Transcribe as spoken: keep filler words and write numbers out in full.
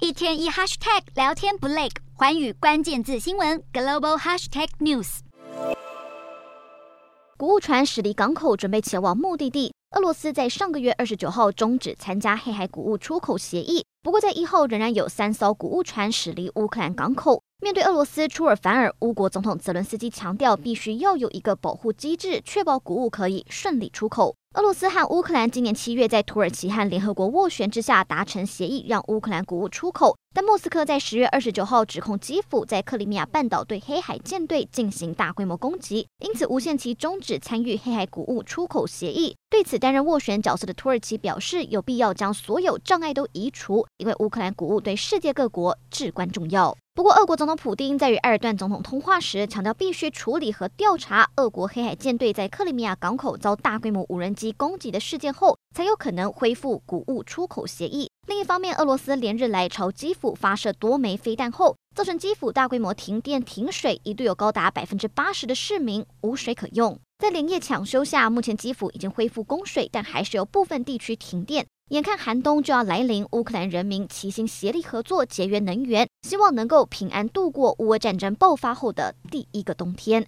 一天一 hashtag 聊天不累，寰宇关键字新闻 global hashtag news。 谷物船驶离港口，准备前往目的地。俄罗斯在上个月二十九号终止参加黑海谷物出口协议，不过在一号仍然有三艘谷物船驶离乌克兰港口。面对俄罗斯出尔反尔，乌国总统泽伦斯基强调，必须要有一个保护机制，确保谷物可以顺利出口。俄罗斯和乌克兰今年七月在土耳其和联合国斡旋之下达成协议，让乌克兰谷物出口。但莫斯科在十月二十九号指控基辅在克里米亚半岛对黑海舰队进行大规模攻击，因此无限期终止参与黑海谷物出口协议。对此，担任斡旋角色的土耳其表示，有必要将所有障碍都移除，因为乌克兰谷物对世界各国至关重要。不过，俄国总统普丁在与埃尔段总统通话时强调，必须处理和调查俄国黑海舰队在克里米亚港口遭大规模无人机攻击的事件后，才有可能恢复谷物出口协议。另一方面，俄罗斯连日来朝基辅发射多枚飞弹后，造成基辅大规模停电停水，一度有高达百分之八十的市民无水可用。在连夜抢修下，目前基辅已经恢复供水，但还是有部分地区停电。眼看寒冬就要来临，乌克兰人民齐心协力合作，节约能源，希望能够平安度过乌俄战争爆发后的第一个冬天。